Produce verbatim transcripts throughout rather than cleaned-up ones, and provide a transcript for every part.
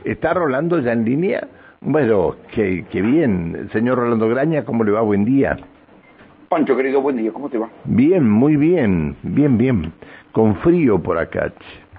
¿Está Rolando ya en línea? Bueno, qué, qué bien. Señor Rolando Graña, ¿cómo le va? Buen día. Pancho, querido, buen día. ¿Cómo te va? Bien, muy bien. Bien, bien. Con frío por acá.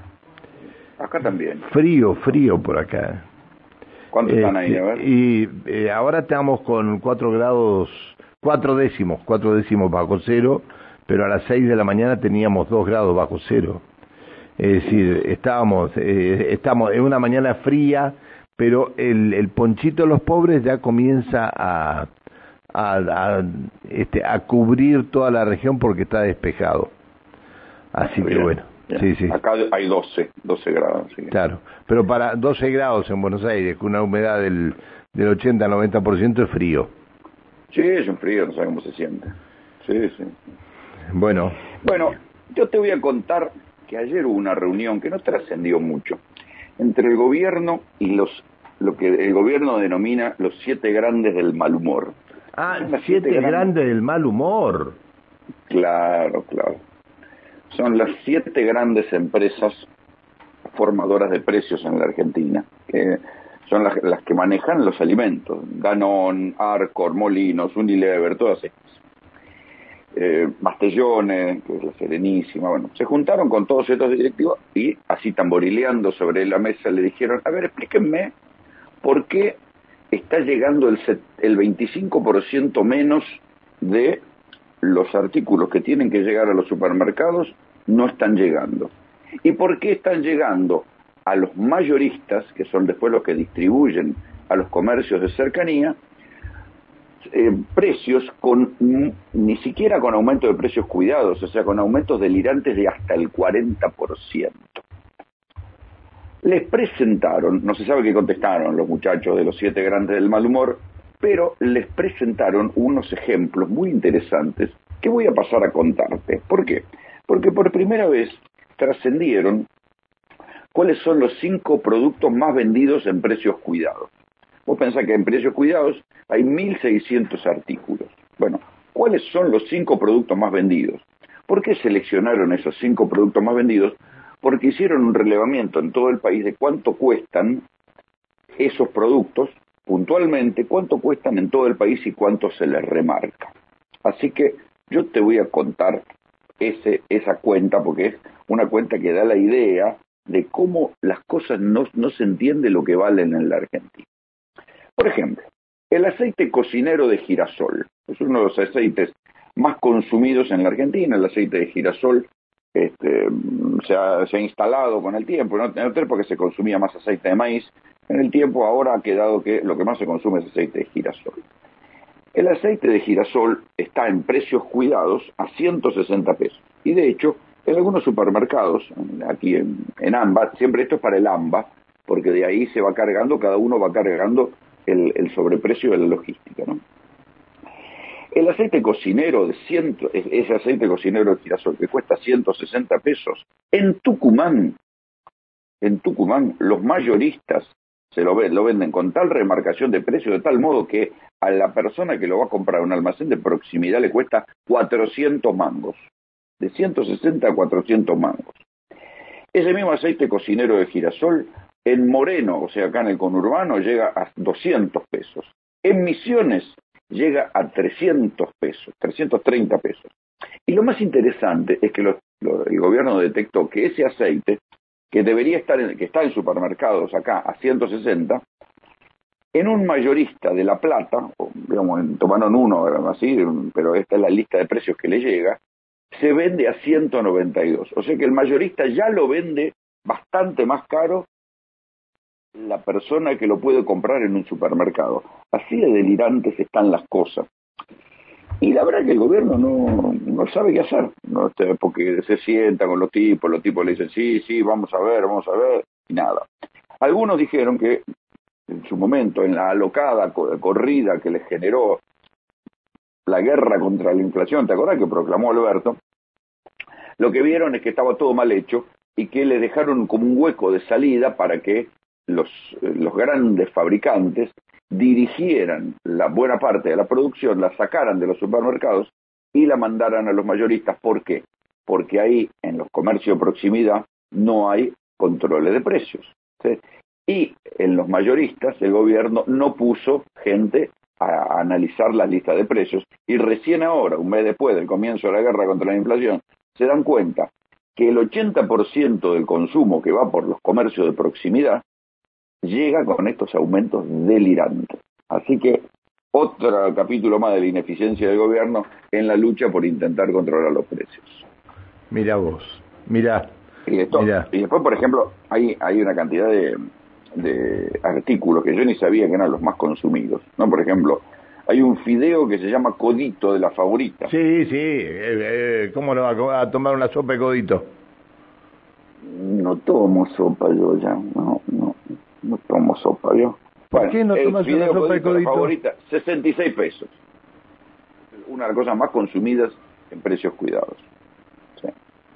Acá también. Frío, frío por acá. ¿Cuánto este, están ahí? A ver. Y eh, ahora estamos con cuatro grados, cuatro décimos, cuatro décimos bajo cero, pero a las seis de la mañana teníamos dos grados bajo cero. Es decir, estábamos, eh, estamos en una mañana fría, pero el, el ponchito de los pobres ya comienza a, a, a, este, a cubrir toda la región porque está despejado. Así Bien, que bueno, bien. sí, sí. Acá hay doce, doce grados. Sí. Claro, pero para doce grados en Buenos Aires, con una humedad del, del ochenta a noventa por ciento es frío. Sí, es un frío, no sé cómo se siente. Sí, sí. Bueno. Bueno, yo te voy a contar que ayer hubo una reunión que no trascendió mucho entre el gobierno y los lo que el gobierno denomina los siete grandes del mal humor. Ah, siete, siete grandes grandes del mal humor. Claro, claro. Son las siete grandes empresas formadoras de precios en la Argentina, que son las, las que manejan los alimentos. Danone, Arcor, Molinos, Unilever, todas estas. Eh, Bastellone, que es la Serenísima, bueno, se juntaron con todos estos directivos y así tamborileando sobre la mesa le dijeron, a ver, explíquenme por qué está llegando el, el veinticinco por ciento menos de los artículos que tienen que llegar a los supermercados no están llegando. ¿Y por qué están llegando a los mayoristas, que son después los que distribuyen a los comercios de cercanía, eh, precios con ni siquiera con aumento de precios cuidados, o sea, con aumentos delirantes de hasta el cuarenta por ciento? Les presentaron, no se sabe qué contestaron los muchachos de los siete grandes del mal humor, pero les presentaron unos ejemplos muy interesantes que voy a pasar a contarte. ¿Por qué? Porque por primera vez trascendieron cuáles son los cinco productos más vendidos en precios cuidados. Vos pensás que en precios cuidados hay mil seiscientos artículos. Bueno, ¿cuáles son los cinco productos más vendidos? ¿Por qué seleccionaron esos cinco productos más vendidos? Porque hicieron un relevamiento en todo el país de cuánto cuestan esos productos, puntualmente, cuánto cuestan en todo el país y cuánto se les remarca. Así que yo te voy a contar ese, esa cuenta, porque es una cuenta que da la idea de cómo las cosas no, no se entiende lo que valen en la Argentina. Por ejemplo, el aceite cocinero de girasol es uno de los aceites más consumidos en la Argentina. El aceite de girasol este, se, ha, se ha instalado con el tiempo, no en hotel porque se consumía más aceite de maíz. En el tiempo ahora ha quedado que lo que más se consume es aceite de girasol. El aceite de girasol está en precios cuidados a ciento sesenta pesos. Y de hecho, en algunos supermercados, aquí en, en AMBA, siempre esto es para el AMBA, porque de ahí se va cargando, cada uno va cargando el, el sobreprecio de la logística, ¿no? El aceite cocinero de cien, ese aceite cocinero de girasol que cuesta ciento sesenta pesos, en Tucumán, en Tucumán, los mayoristas se lo, ven, lo venden con tal remarcación de precio, de tal modo que a la persona que lo va a comprar a un almacén de proximidad le cuesta cuatrocientos mangos. De ciento sesenta a cuatrocientos mangos. Ese mismo aceite cocinero de girasol, en Moreno, o sea, acá en el conurbano, llega a doscientos pesos. En Misiones llega a trescientos pesos, trescientos treinta pesos. Y lo más interesante es que lo, lo, el gobierno detectó que ese aceite, que debería estar en, que está en supermercados acá a ciento sesenta, en un mayorista de La Plata, o, digamos, tomaron uno así, pero esta es la lista de precios que le llega, se vende a ciento noventa y dos. O sea que el mayorista ya lo vende bastante más caro la persona que lo puede comprar en un supermercado. Así de delirantes están las cosas. Y la verdad que el gobierno no, no sabe qué hacer, ¿no? Porque se sienta con los tipos, los tipos le dicen, sí, sí, vamos a ver, vamos a ver, y nada. Algunos dijeron que en su momento, en la alocada corrida que les generó la guerra contra la inflación, ¿te acordás que proclamó Alberto? Lo que vieron es que estaba todo mal hecho y que le dejaron como un hueco de salida para que los, los grandes fabricantes dirigieran la buena parte de la producción, la sacaran de los supermercados y la mandaran a los mayoristas. ¿Por qué? Porque ahí, en los comercios de proximidad, no hay controles de precios, ¿sí? Y en los mayoristas el gobierno no puso gente a analizar las listas de precios, y recién ahora, un mes después del comienzo de la guerra contra la inflación, se dan cuenta que el ochenta por ciento del consumo que va por los comercios de proximidad llega con estos aumentos delirantes. Así que otro capítulo más de la ineficiencia del gobierno en la lucha por intentar controlar los precios. Mira vos, mira. Y, esto, Mirá. y después, por ejemplo, hay, hay una cantidad de, de artículos que yo ni sabía que eran los más consumidos, ¿no? Por ejemplo, hay un fideo que se llama Codito de la Favorita. Sí, sí, eh, eh, ¿cómo no va a tomar una sopa de codito? No tomo sopa yo ya, no, no, no tomo sopa yo. ¿Por Bueno, qué no tomas una sopa de codito? La Favorita, sesenta y seis pesos. Una de las cosas más consumidas en precios cuidados. Sí.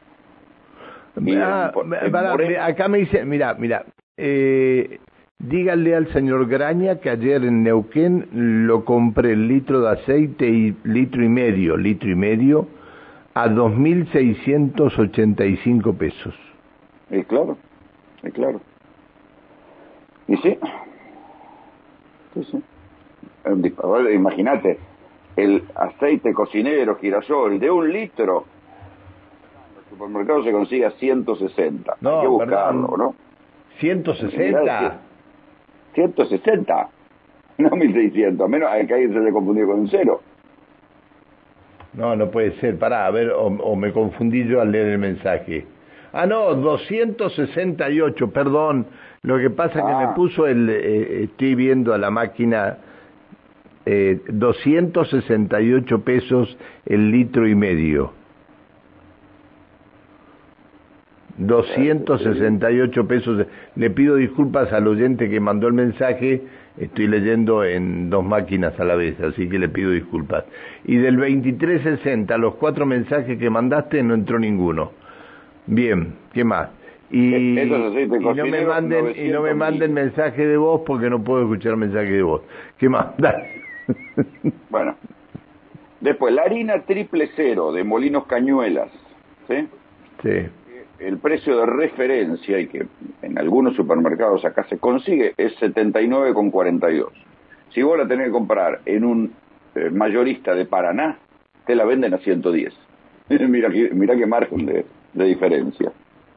Ah, en, en para, Moreno, acá me dice, mira, mira, eh, díganle al señor Graña que ayer en Neuquén lo compré el litro de aceite y litro y medio, litro y medio, a dos mil seiscientos ochenta y cinco pesos. Y claro, y claro. Y sí, sí, sí. Imagínate, el aceite cocinero girasol de un litro en el supermercado se consigue a ciento sesenta. No, hay que buscarlo, perdón. ¿no? ¿ciento sesenta? ciento sesenta, no mil seiscientos, a menos hay que alguien se le confundió con un cero. No, no puede ser, pará, a ver, o, o me confundí yo al leer el mensaje. Ah, no, doscientos sesenta y ocho, perdón, lo que pasa es ah. que me puso el, eh, estoy viendo a la máquina, eh, doscientos sesenta y ocho pesos el litro y medio. doscientos sesenta y ocho pesos. Le pido disculpas al oyente que mandó el mensaje, estoy leyendo en dos máquinas a la vez, así que le pido disculpas. Y del veintitrés sesenta, los cuatro mensajes que mandaste, no entró ninguno. Bien, ¿qué más? Y, y no me manden y no me manden mensaje de voz porque no puedo escuchar mensaje de voz. ¿Qué más? Dale. Bueno, después la harina triple cero de Molinos Cañuelas, ¿sí? Sí. El precio de referencia, y que en algunos supermercados acá se consigue, es setenta y nueve con cuarenta y dos. Si vos la tenés que comprar en un eh, mayorista de Paraná, te la venden a ciento diez. mira, mira qué margen de, de diferencia.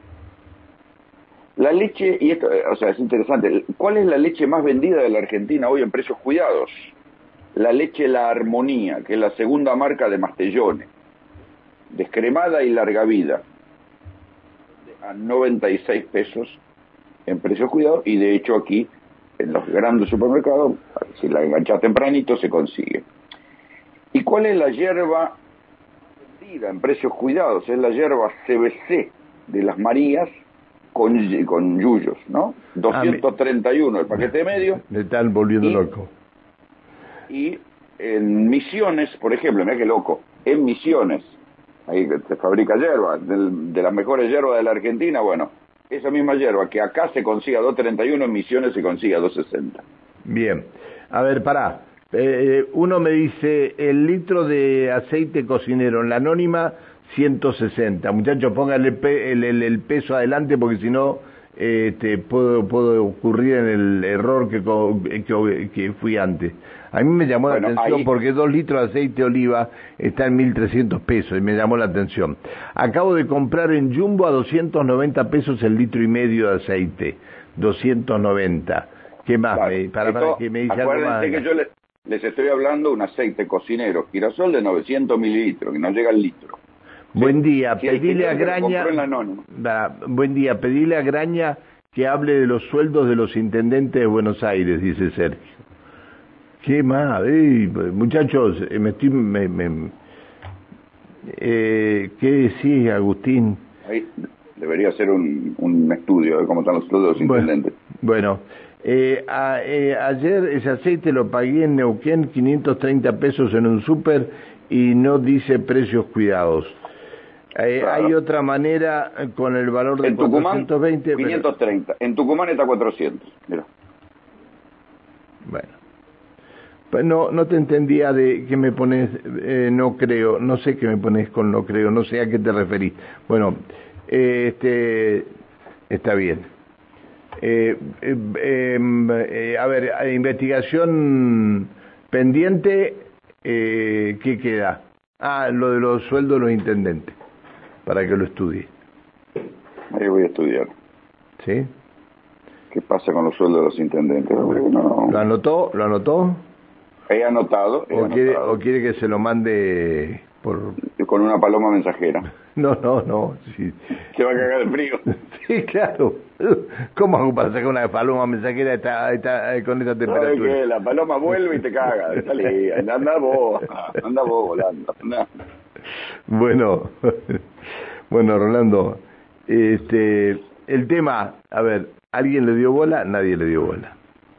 La leche, y esto, o sea, es interesante, ¿cuál es la leche más vendida de la Argentina hoy en precios cuidados? La leche La Armonía, que es la segunda marca de Mastellone, descremada y larga vida, a noventa y seis pesos en precios cuidados, y de hecho aquí, en los grandes supermercados, si la enganchás tempranito, se consigue. ¿Y cuál es la yerba vendida en precios cuidados? Es la yerba C B C de las Marías, con, con yuyos, ¿no? doscientos treinta y uno el paquete medio. Me están volviendo y, loco. Y en Misiones, por ejemplo, mira qué loco, en Misiones, ahí se fabrica yerba, de, de las mejores yerbas de la Argentina, bueno, esa misma yerba que acá se consigue a dos treinta y uno, en Misiones se consigue a dos sesenta. Bien, a ver, pará. Eh, uno me dice, el litro de aceite cocinero en la anónima, ciento sesenta. Muchachos, pónganle pe el, el, el peso adelante porque si no, eh, te puedo, puedo ocurrir en el error que, que, que fui antes. A mí me llamó bueno, la atención ahí... porque dos litros de aceite de oliva está en mil trescientos pesos y me llamó la atención. Acabo de comprar en Jumbo a doscientos noventa pesos el litro y medio de aceite. doscientos noventa. ¿Qué más? Claro, me, para, esto, para que me dice algo más. que yo les, les estoy hablando de un aceite cocinero girasol de novecientos mililitros, que no llega al litro. Buen día, sí, pedile a Graña. Da, buen día, pedile a Graña que hable de los sueldos de los intendentes de Buenos Aires, dice Sergio. ¿Qué más? Ey, muchachos, me estoy... Me, me, eh, ¿qué decís, Agustín? Ahí debería ser un, un estudio de cómo están los sueldos de los intendentes. Bueno, eh, a, eh, ayer ese aceite lo pagué en Neuquén, quinientos treinta pesos en un súper y no dice precios cuidados. Eh, claro. Hay otra manera con el valor de en Tucumán, cuatrocientos veinte... quinientos treinta. Pero... En Tucumán está cuatrocientos. Mira. Bueno. Pues no, no te entendía de qué me pones, eh, no creo, no sé qué me pones con no creo, no sé a qué te referís. Bueno, eh, este, está bien. Eh, eh, eh, eh, a ver, investigación pendiente, eh, ¿qué queda? Ah, lo de los sueldos de los intendentes, para que lo estudie. Ahí voy a estudiar. ¿Sí? ¿Qué pasa con los sueldos de los intendentes? No. ¿Lo anotó? ¿Lo anotó? He anotado. He ¿O, anotado. quiere, ¿O quiere que se lo mande por...? Con una paloma mensajera. No, no, no. Sí. Se va a cagar de frío. Sí, claro. ¿Cómo hago para sacar una paloma mensajera esta, esta, con esta temperatura? ¿Sabes qué? La paloma vuelve y te caga. Salí, anda vos, anda vos volando. Anda. Bueno, bueno, Rolando, este, el tema, a ver, ¿alguien le dio bola? Nadie le dio bola.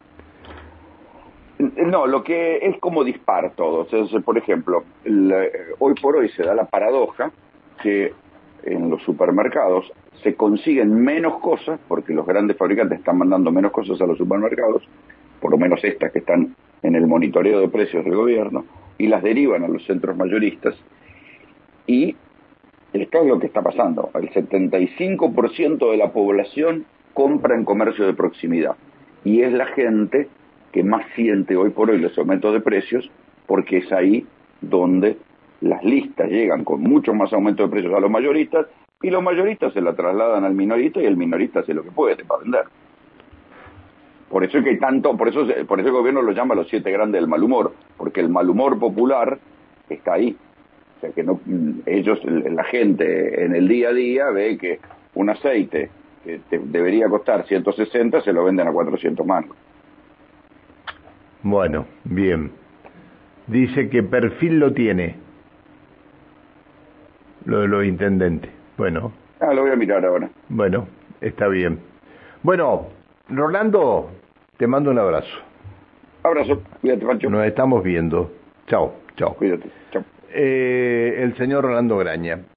No, lo que es como dispar todo. Entonces, por ejemplo, el, hoy por hoy se da la paradoja que en los supermercados se consiguen menos cosas, porque los grandes fabricantes están mandando menos cosas a los supermercados, por lo menos estas que están en el monitoreo de precios del gobierno, y las derivan a los centros mayoristas. Y esto es lo que está pasando. El setenta y cinco por ciento de la población compra en comercio de proximidad. Y es la gente que más siente hoy por hoy los aumentos de precios, porque es ahí donde las listas llegan con mucho más aumento de precios a los mayoristas, y los mayoristas se la trasladan al minorista, y el minorista hace lo que puede para vender. Por eso es que hay tanto, por eso, por eso el gobierno lo llama los siete grandes del mal humor, porque el mal humor popular está ahí. O sea que no, ellos, la gente en el día a día ve que un aceite que te debería costar ciento sesenta se lo venden a cuatrocientos mangos. Bueno, bien. Dice que perfil lo tiene, lo de los intendentes. Bueno. Ah, lo voy a mirar ahora. Bueno, está bien. Bueno, Rolando, te mando un abrazo. Abrazo, cuídate, Pancho. Nos estamos viendo. Chao, chao. Cuídate, chao. Eh, el señor Rolando Graña.